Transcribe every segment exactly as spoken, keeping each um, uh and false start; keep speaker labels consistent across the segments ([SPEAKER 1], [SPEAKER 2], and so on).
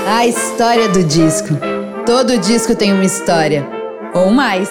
[SPEAKER 1] A história do disco. Todo disco tem uma história, ou mais.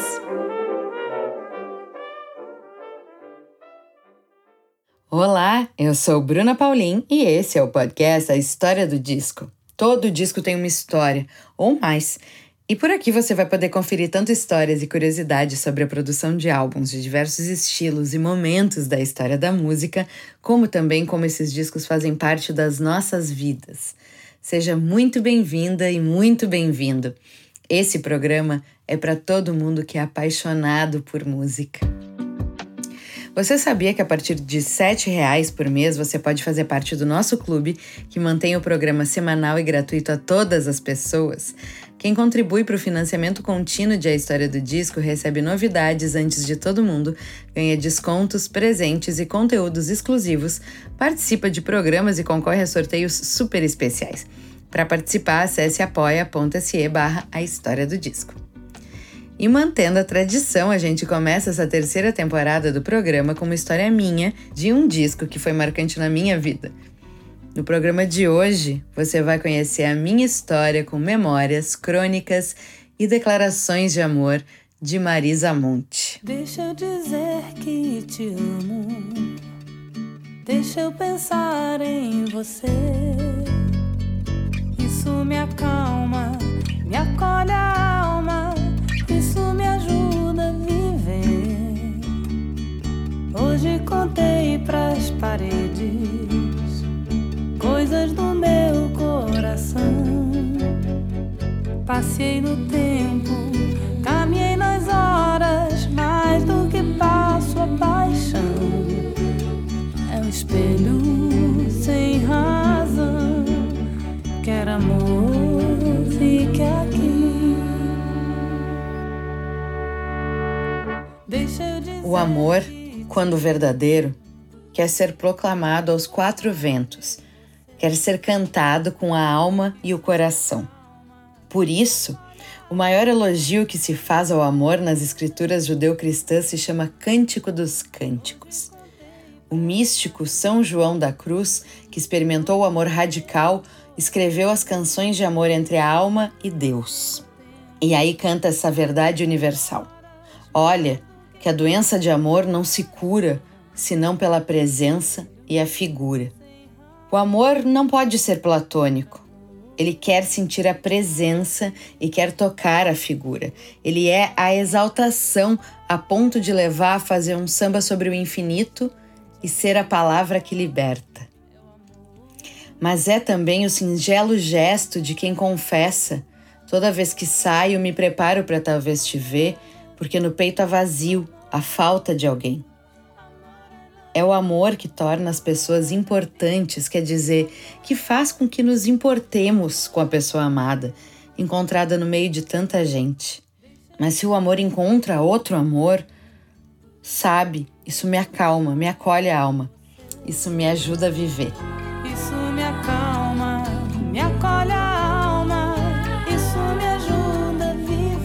[SPEAKER 1] Olá, eu sou Bruna Paulin e esse é o podcast A História do Disco. Todo disco tem uma história, ou mais. E por aqui você vai poder conferir tanto histórias e curiosidades sobre a produção de álbuns de diversos estilos e momentos da história da música, como também como esses discos fazem parte das nossas vidas. Seja muito bem-vinda e muito bem-vindo. Esse programa é para todo mundo que é apaixonado por música. Você sabia que a partir de sete reais por mês você pode fazer parte do nosso clube, que mantém o programa semanal e gratuito a todas as pessoas? Quem contribui para o financiamento contínuo de A História do Disco recebe novidades antes de todo mundo, ganha descontos, presentes e conteúdos exclusivos, participa de programas e concorre a sorteios super especiais. Para participar, acesse apoia.se barra A História do Disco. E mantendo a tradição, a gente começa essa terceira temporada do programa com uma história minha de um disco que foi marcante na minha vida. No programa de hoje, você vai conhecer a minha história com memórias, crônicas e declarações de amor de Marisa Monte.
[SPEAKER 2] Deixa eu dizer que te amo, deixa eu pensar em você. Isso me acalma, me acolhe a alma, isso me ajuda a viver. Hoje contei pras paredes coisas do meu coração. Passei no tempo, caminhei nas horas, mais do que passo a paixão. É um espelho sem razão, quer amor, fique aqui. Deixa eu dizer.
[SPEAKER 1] O amor, quando verdadeiro, quer ser proclamado aos quatro ventos. Quer ser cantado com a alma e o coração. Por isso, o maior elogio que se faz ao amor nas escrituras judeu-cristãs se chama Cântico dos Cânticos. O místico São João da Cruz, que experimentou o amor radical, escreveu as canções de amor entre a alma e Deus. E aí canta essa verdade universal. Olha, que a doença de amor não se cura, senão pela presença e a figura. O amor não pode ser platônico. Ele quer sentir a presença e quer tocar a figura. Ele é a exaltação a ponto de levar a fazer um samba sobre o infinito e ser a palavra que liberta. Mas é também o singelo gesto de quem confessa: toda vez que saio me preparo para talvez te ver, porque no peito há vazio, a falta de alguém. É o amor que torna as pessoas importantes, quer dizer, que faz com que nos importemos com a pessoa amada, encontrada no meio de tanta gente. Mas se o amor encontra outro amor, sabe, isso me acalma, me acolhe a alma. Isso me ajuda a viver.
[SPEAKER 2] Isso me acalma, me acolhe a alma, isso me ajuda a viver.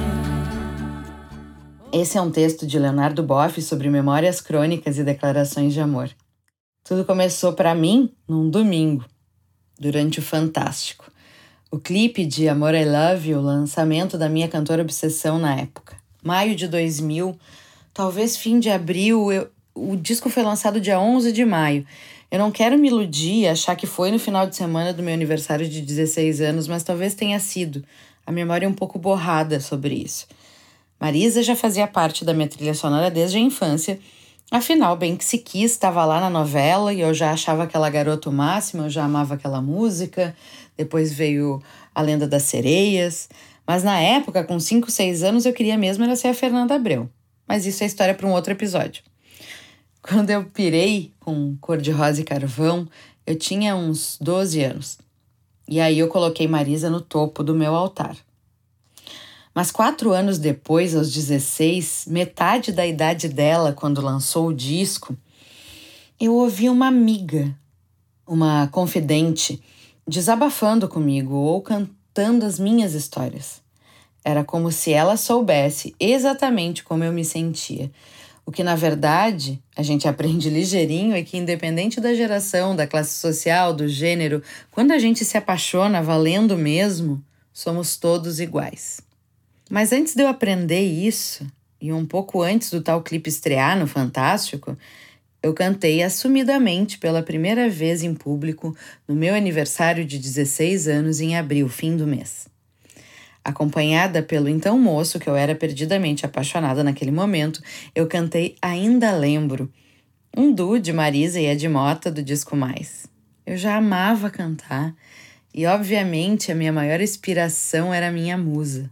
[SPEAKER 1] Esse é um texto de Leonardo Boff sobre memórias, crônicas e declarações de amor. Tudo começou para mim num domingo, durante o Fantástico. O clipe de Amor I Love You, o lançamento da minha cantora obsessão na época. Maio de dois mil, talvez fim de abril, eu, o disco foi lançado dia onze de maio. Eu não quero me iludir e achar que foi no final de semana do meu aniversário de dezesseis anos, mas talvez tenha sido. A memória é um pouco borrada sobre isso. Marisa já fazia parte da minha trilha sonora desde a infância. Afinal, bem que se quis, estava lá na novela e eu já achava aquela garota o máximo, eu já amava aquela música. Depois veio A Lenda das Sereias. Mas na época, com cinco, seis anos, eu queria mesmo era ser a Fernanda Abreu. Mas isso é história para um outro episódio. Quando eu pirei com Cor-de-Rosa e Carvão, eu tinha uns doze anos. E aí eu coloquei Marisa no topo do meu altar. Mas quatro anos depois, aos dezesseis, metade da idade dela, quando lançou o disco, eu ouvi uma amiga, uma confidente, desabafando comigo ou cantando as minhas histórias. Era como se ela soubesse exatamente como eu me sentia. O que, na verdade, a gente aprende ligeirinho é que, independente da geração, da classe social, do gênero, quando a gente se apaixona valendo mesmo, somos todos iguais. Mas antes de eu aprender isso, e um pouco antes do tal clipe estrear no Fantástico, eu cantei assumidamente pela primeira vez em público no meu aniversário de dezesseis anos em abril, fim do mês. Acompanhada pelo então moço, que eu era perdidamente apaixonada naquele momento, eu cantei Ainda Lembro, um duo de Marisa e Ed Mota do disco Mais. Eu já amava cantar e, obviamente, a minha maior inspiração era a minha musa.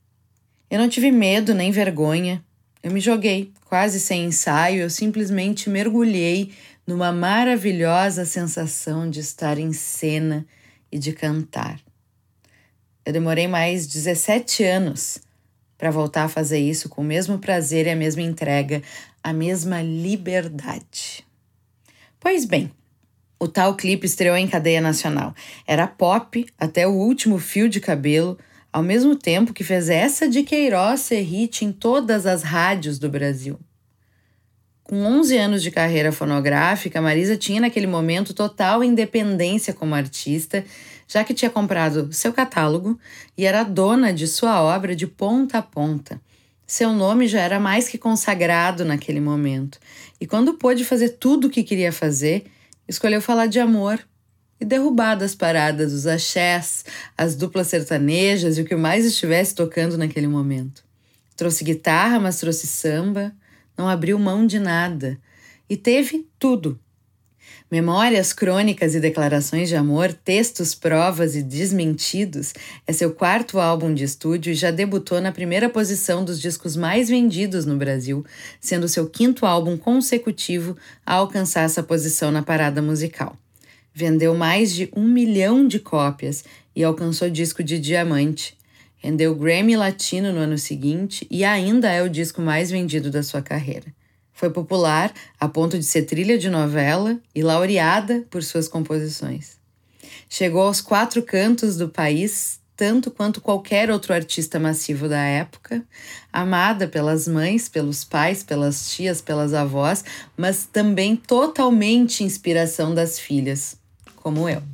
[SPEAKER 1] Eu não tive medo nem vergonha, eu me joguei, quase sem ensaio, eu simplesmente mergulhei numa maravilhosa sensação de estar em cena e de cantar. Eu demorei mais dezessete anos para voltar a fazer isso com o mesmo prazer e a mesma entrega, a mesma liberdade. Pois bem, o tal clipe estreou em cadeia nacional. Era pop até o último fio de cabelo, ao mesmo tempo que fez essa de Queiroz ser hit em todas as rádios do Brasil. Com onze anos de carreira fonográfica, Marisa tinha naquele momento total independência como artista, já que tinha comprado seu catálogo e era dona de sua obra de ponta a ponta. Seu nome já era mais que consagrado naquele momento. E quando pôde fazer tudo o que queria fazer, escolheu falar de amor e derrubar das paradas os axés, as duplas sertanejas e o que mais estivesse tocando naquele momento. Trouxe guitarra, mas trouxe samba, não abriu mão de nada e teve tudo. Memórias, crônicas e declarações de amor, textos, provas e desmentidos é seu quarto álbum de estúdio e já debutou na primeira posição dos discos mais vendidos no Brasil, sendo seu quinto álbum consecutivo a alcançar essa posição na parada musical. Vendeu mais de um milhão de cópias e alcançou disco de diamante. Rendeu Grammy Latino no ano seguinte e ainda é o disco mais vendido da sua carreira. Foi popular a ponto de ser trilha de novela e laureada por suas composições. Chegou aos quatro cantos do país, tanto quanto qualquer outro artista massivo da época, amada pelas mães, pelos pais, pelas tias, pelas avós, mas também totalmente inspiração das filhas, como eu.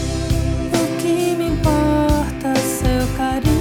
[SPEAKER 2] O que me importa seu carinho?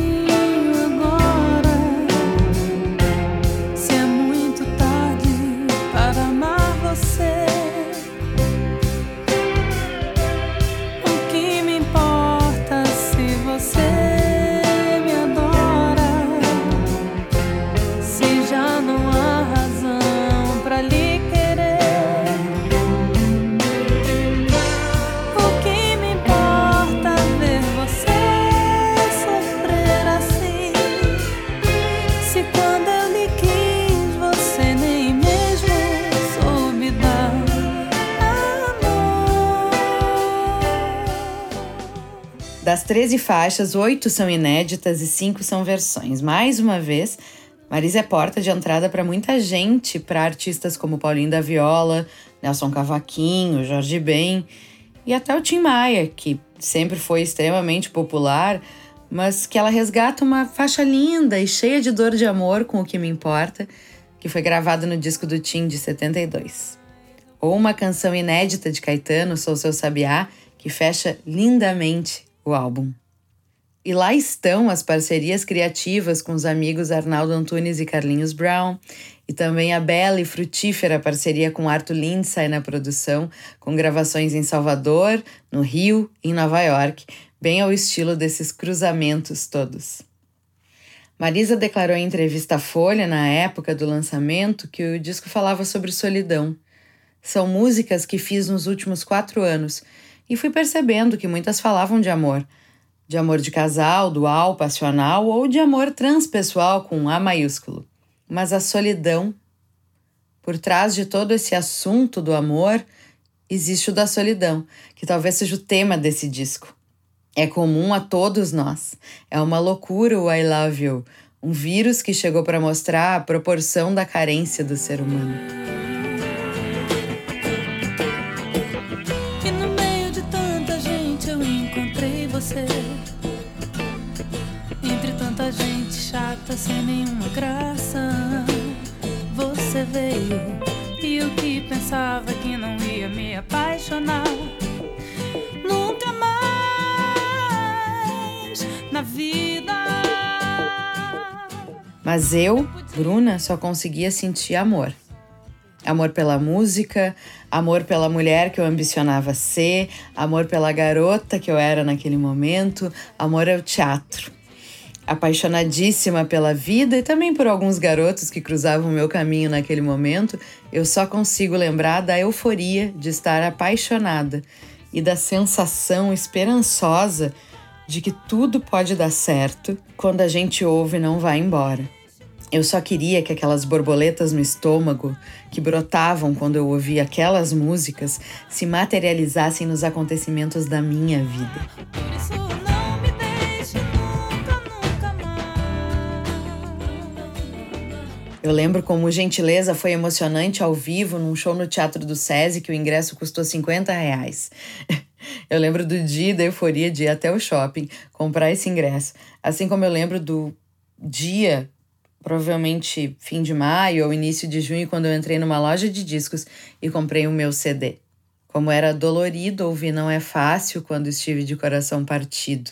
[SPEAKER 1] Das treze faixas, oito são inéditas e cinco são versões. Mais uma vez, Marisa é porta de entrada para muita gente, para artistas como Paulinho da Viola, Nelson Cavaquinho, Jorge Ben e até o Tim Maia, que sempre foi extremamente popular, mas que ela resgata uma faixa linda e cheia de dor de amor com O Que Me Importa, que foi gravado no disco do Tim de setenta e dois. Ou uma canção inédita de Caetano, Sou Seu Sabiá, que fecha lindamente o álbum. E lá estão as parcerias criativas com os amigos Arnaldo Antunes e Carlinhos Brown, e também a bela e frutífera parceria com Arthur Lindsay na produção, com gravações em Salvador, no Rio e em Nova York, bem ao estilo desses cruzamentos todos. Marisa declarou em entrevista à Folha, na época do lançamento, que o disco falava sobre solidão. São músicas que fiz nos últimos quatro anos, e fui percebendo que muitas falavam de amor. De amor de casal, dual, passional ou de amor transpessoal com A maiúsculo. Mas a solidão, por trás de todo esse assunto do amor, existe o da solidão, que talvez seja o tema desse disco. É comum a todos nós. É uma loucura o I love you, um vírus que chegou para mostrar a proporção da carência do ser humano.
[SPEAKER 2] Entre tanta gente chata sem nenhuma graça, você veio. E o que pensava que não ia me apaixonar, nunca mais na vida.
[SPEAKER 1] Mas eu, Bruna, só conseguia sentir amor. Amor pela música, amor pela mulher que eu ambicionava ser, amor pela garota que eu era naquele momento, amor ao teatro. Apaixonadíssima pela vida e também por alguns garotos que cruzavam o meu caminho naquele momento, eu só consigo lembrar da euforia de estar apaixonada e da sensação esperançosa de que tudo pode dar certo quando a gente ouve e não vai embora. Eu só queria que aquelas borboletas no estômago que brotavam quando eu ouvia aquelas músicas se materializassem nos acontecimentos da minha vida.
[SPEAKER 2] Por isso não me deixe nunca, nunca mais.
[SPEAKER 1] Eu lembro como Gentileza foi emocionante ao vivo num show no Teatro do SESI que o ingresso custou cinquenta reais. Eu lembro do dia da euforia de ir até o shopping comprar esse ingresso. Assim como eu lembro do dia, provavelmente fim de maio ou início de junho, quando eu entrei numa loja de discos e comprei o meu C D. Como era dolorido ouvir Não É Fácil quando estive de coração partido.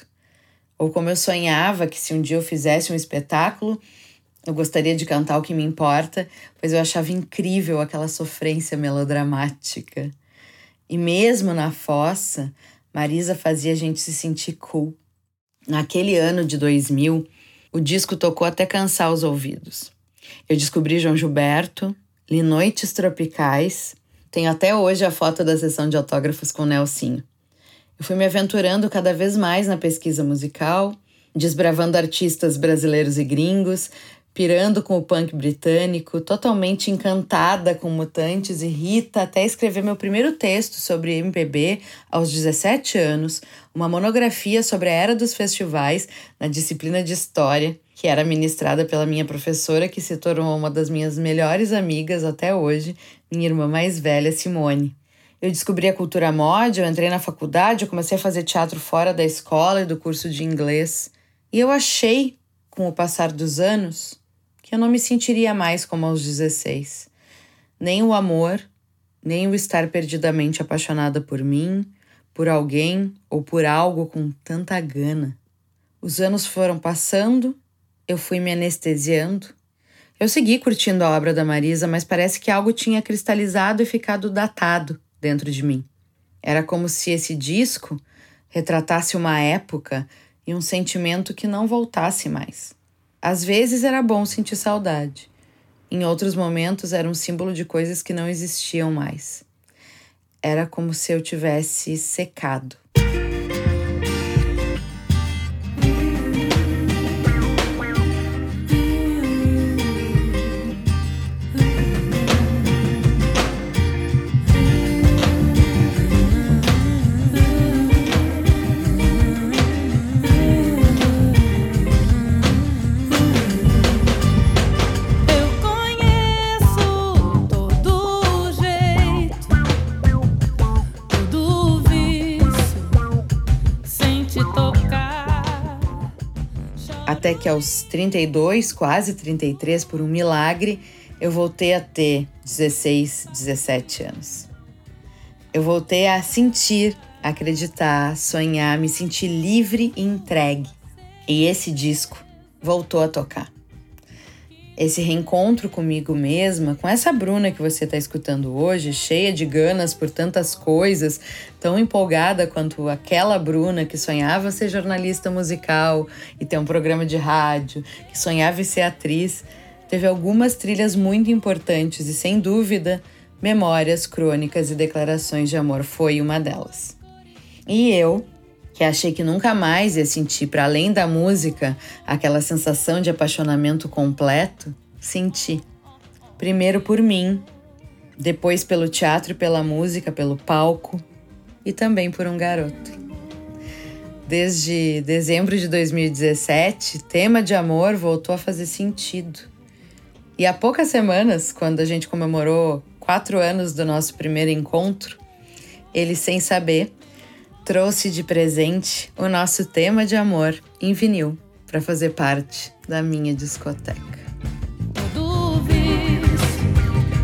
[SPEAKER 1] Ou como eu sonhava que se um dia eu fizesse um espetáculo, eu gostaria de cantar O Que Me Importa, pois eu achava incrível aquela sofrência melodramática. E mesmo na fossa, Marisa fazia a gente se sentir cool. Naquele ano de dois mil, o disco tocou até cansar os ouvidos. Eu descobri João Gilberto, li Noites Tropicais, tenho até hoje a foto da sessão de autógrafos com o Nelsinho. Eu fui me aventurando cada vez mais na pesquisa musical, desbravando artistas brasileiros e gringos, pirando com o punk britânico, totalmente encantada com Mutantes e Rita, até escrever meu primeiro texto sobre M P B aos dezessete anos, uma monografia sobre a era dos festivais na disciplina de História, que era ministrada pela minha professora, que se tornou uma das minhas melhores amigas até hoje, minha irmã mais velha, Simone. Eu descobri a cultura mod, eu entrei na faculdade, eu comecei a fazer teatro fora da escola e do curso de inglês. E eu achei, com o passar dos anos, que eu não me sentiria mais como aos dezesseis. Nem o amor, nem o estar perdidamente apaixonada por mim, por alguém ou por algo com tanta gana. Os anos foram passando, eu fui me anestesiando. Eu segui curtindo a obra da Marisa, mas parece que algo tinha cristalizado e ficado datado dentro de mim. Era como se esse disco retratasse uma época e um sentimento que não voltasse mais. Às vezes era bom sentir saudade. Em outros momentos era um símbolo de coisas que não existiam mais. Era como se eu tivesse secado. Até que aos trinta e dois, quase trinta e três, por um milagre, eu voltei a ter dezesseis, dezessete anos. Eu voltei a sentir, acreditar, sonhar, me sentir livre e entregue. E esse disco voltou a tocar. Esse reencontro comigo mesma, com essa Bruna que você está escutando hoje, cheia de ganas por tantas coisas, tão empolgada quanto aquela Bruna que sonhava ser jornalista musical e ter um programa de rádio, que sonhava em ser atriz, teve algumas trilhas muito importantes e, sem dúvida, Memórias, Crônicas e Declarações de Amor foi uma delas. E eu, que achei que nunca mais ia sentir, para além da música, aquela sensação de apaixonamento completo, senti. Primeiro por mim, depois pelo teatro e pela música, pelo palco, e também por um garoto. Desde dezembro de dois mil e dezessete, Tema de Amor voltou a fazer sentido. E há poucas semanas, quando a gente comemorou quatro anos do nosso primeiro encontro, ele, sem saber, trouxe de presente o nosso Tema de Amor em vinil para fazer parte da minha discoteca.
[SPEAKER 2] Todo vício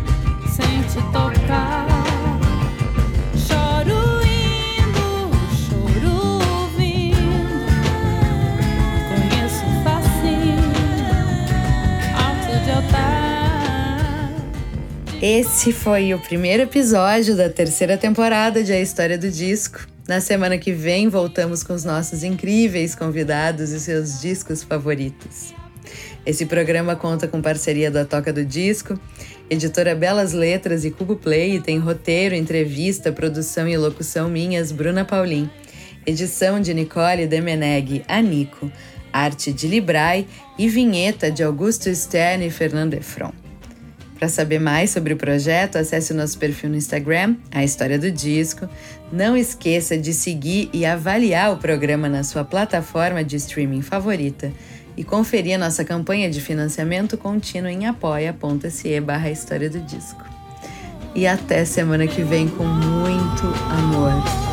[SPEAKER 1] Esse foi o primeiro episódio da terceira temporada de A História do Disco. Na semana que vem, voltamos com os nossos incríveis convidados e seus discos favoritos. Esse programa conta com parceria da Toca do Disco, editora Belas Letras e Cubo Play, e tem roteiro, entrevista, produção e locução minhas, Bruna Paulin. Edição de Nicole Demeneg, Anico. Arte de Librai e vinheta de Augusto Stern e Fernando Efron. Para saber mais sobre o projeto, acesse o nosso perfil no Instagram, A História do Disco. Não esqueça de seguir e avaliar o programa na sua plataforma de streaming favorita e conferir a nossa campanha de financiamento contínuo em apoia.se barra História do Disco. E até semana que vem com muito amor.